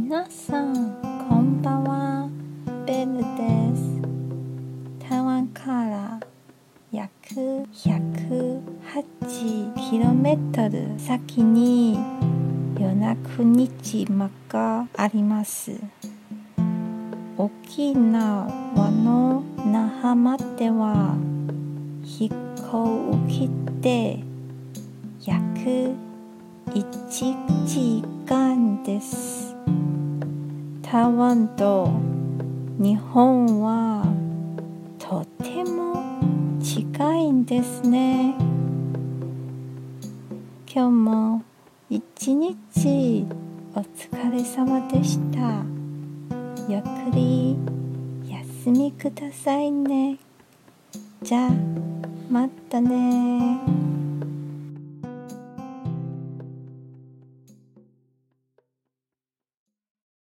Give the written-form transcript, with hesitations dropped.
皆さんこんばんは、ベルです。台湾から約 108km 先に与那国島があります。沖縄の那覇までは飛行機で約1時間です。台湾と日本はとても近いんですね。今日も一日お疲れ様でした。ゆっくり休みくださいね。じゃあまたね。